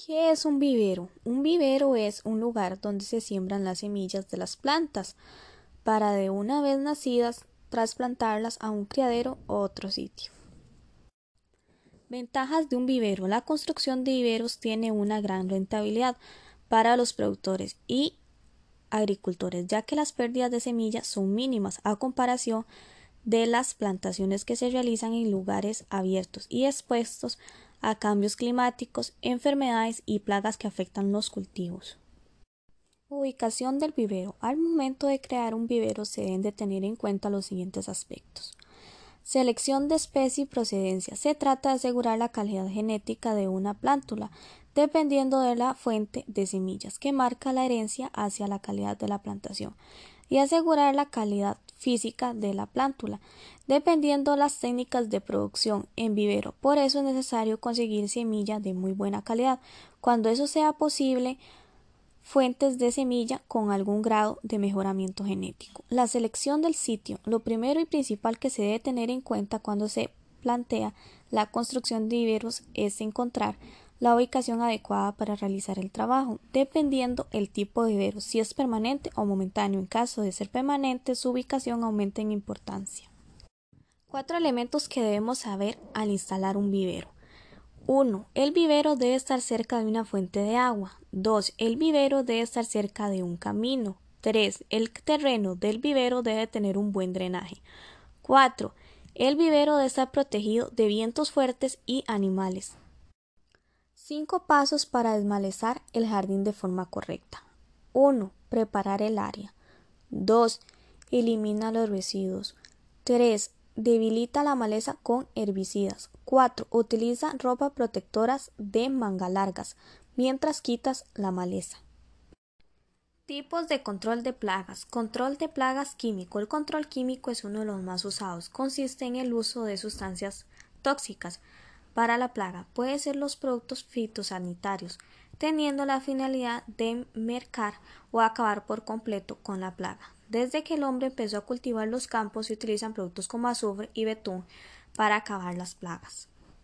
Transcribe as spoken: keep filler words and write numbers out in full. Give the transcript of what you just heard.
¿Qué es un vivero? Un vivero es un lugar donde se siembran las semillas de las plantas para de una vez nacidas trasplantarlas a un criadero o otro sitio. Ventajas de un vivero. La construcción de viveros tiene una gran rentabilidad para los productores y agricultores, ya que las pérdidas de semillas son mínimas a comparación de las plantaciones que se realizan en lugares abiertos y expuestos a cambios climáticos, enfermedades y plagas que afectan los cultivos. Ubicación del vivero. Al momento de crear un vivero se deben de tener en cuenta los siguientes aspectos. Selección de especie y procedencia. Se trata de asegurar la calidad genética de una plántula, dependiendo de la fuente de semillas, que marca la herencia hacia la calidad de la plantación, y asegurar la calidad física de la plántula, dependiendo de las técnicas de producción en vivero. Por eso es necesario conseguir semillas de muy buena calidad. Cuando eso sea posible, fuentes de semilla con algún grado de mejoramiento genético. La selección del sitio. Lo primero y principal que se debe tener en cuenta cuando se plantea la construcción de viveros es encontrar la ubicación adecuada para realizar el trabajo, dependiendo el tipo de vivero, si es permanente o momentáneo. En caso de ser permanente, su ubicación aumenta en importancia. Cuatro elementos que debemos saber al instalar un vivero. uno. El vivero debe estar cerca de una fuente de agua. dos. El vivero debe estar cerca de un camino. tres. El terreno del vivero debe tener un buen drenaje. cuatro. El vivero debe estar protegido de vientos fuertes y animales. cinco pasos para desmalezar el jardín de forma correcta. uno. Preparar el área. dos. Elimina los residuos. tres. Debilita la maleza con herbicidas. cuatro. Utiliza ropa protectoras de manga largas mientras quitas la maleza. Tipos de control de plagas. Control de plagas químico. El control químico es uno de los más usados. Consiste en el uso de sustancias tóxicas para la plaga. Puede ser los productos fitosanitarios, teniendo la finalidad de mercar o acabar por completo con la plaga. Desde que el hombre empezó a cultivar los campos se utilizan productos como azufre y betún para acabar las plagas.